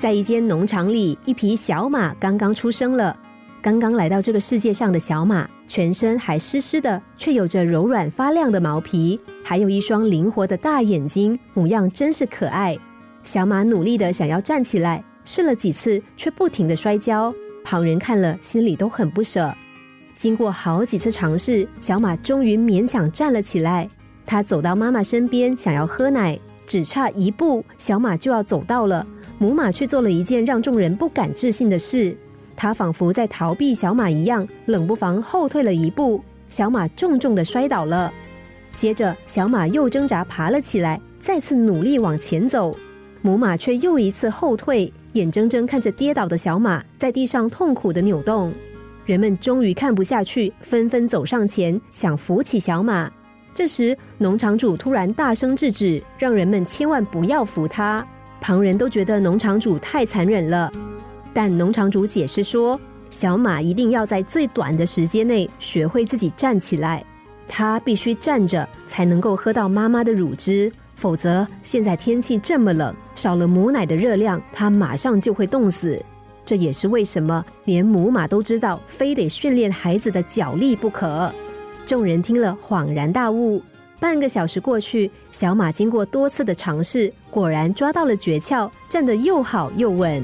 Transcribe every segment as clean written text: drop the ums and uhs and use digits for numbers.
在一间农场里，一匹小马刚刚出生了。刚刚来到这个世界上的小马，全身还湿湿的，却有着柔软发亮的毛皮，还有一双灵活的大眼睛，模样真是可爱。小马努力的想要站起来，试了几次，却不停的摔跤，旁人看了心里都很不舍。经过好几次尝试，小马终于勉强站了起来。他走到妈妈身边，想要喝奶，只差一步，小马就要走到了。母马却做了一件让众人不敢置信的事，他仿佛在逃避小马一样，冷不防后退了一步，小马重重地摔倒了。接着小马又挣扎爬了起来，再次努力往前走，母马却又一次后退，眼睁睁看着跌倒的小马在地上痛苦地扭动。人们终于看不下去，纷纷走上前想扶起小马。这时农场主突然大声制止，让人们千万不要扶他。旁人都觉得农场主太残忍了，但农场主解释说，小马一定要在最短的时间内学会自己站起来，它必须站着才能够喝到妈妈的乳汁，否则现在天气这么冷，少了母奶的热量，它马上就会冻死。这也是为什么连母马都知道非得训练孩子的脚力不可。众人听了恍然大悟。半个小时过去，小马经过多次的尝试，果然抓到了诀窍，站得又好又稳。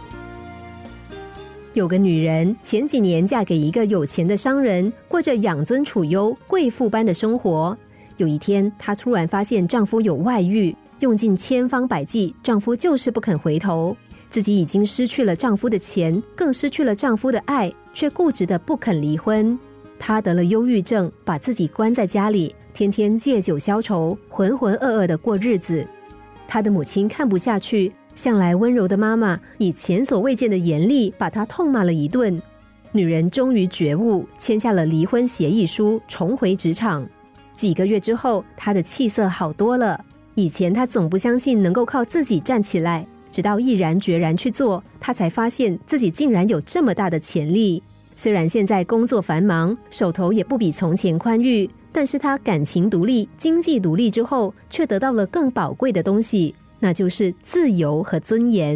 有个女人前几年嫁给一个有钱的商人，过着养尊处优贵妇般的生活。有一天，她突然发现丈夫有外遇，用尽千方百计，丈夫就是不肯回头。自己已经失去了丈夫的钱，更失去了丈夫的爱，却固执的不肯离婚。她得了忧郁症，把自己关在家里，天天借酒消愁，浑浑噩噩的过日子。她的母亲看不下去，向来温柔的妈妈以前所未见的严厉把她痛骂了一顿。女人终于觉悟，签下了离婚协议书，重回职场。几个月之后，她的气色好多了。以前她总不相信能够靠自己站起来，直到毅然决然去做，她才发现自己竟然有这么大的潜力。虽然现在工作繁忙，手头也不比从前宽裕，但是她感情独立、经济独立之后，却得到了更宝贵的东西，那就是自由和尊严。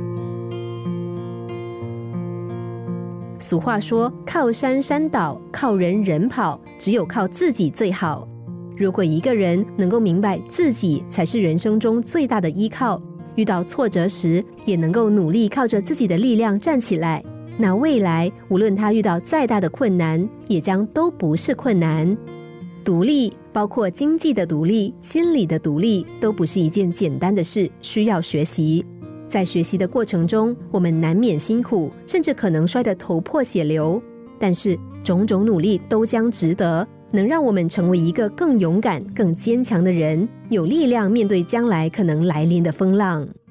俗话说，靠山山倒，靠人人跑，只有靠自己最好。如果一个人能够明白自己才是人生中最大的依靠，遇到挫折时也能够努力靠着自己的力量站起来，那未来无论他遇到再大的困难，也将都不是困难。独立包括经济的独立、心理的独立，都不是一件简单的事，需要学习。在学习的过程中，我们难免辛苦，甚至可能摔得头破血流，但是种种努力都将值得，能让我们成为一个更勇敢、更坚强的人，有力量面对将来可能来临的风浪。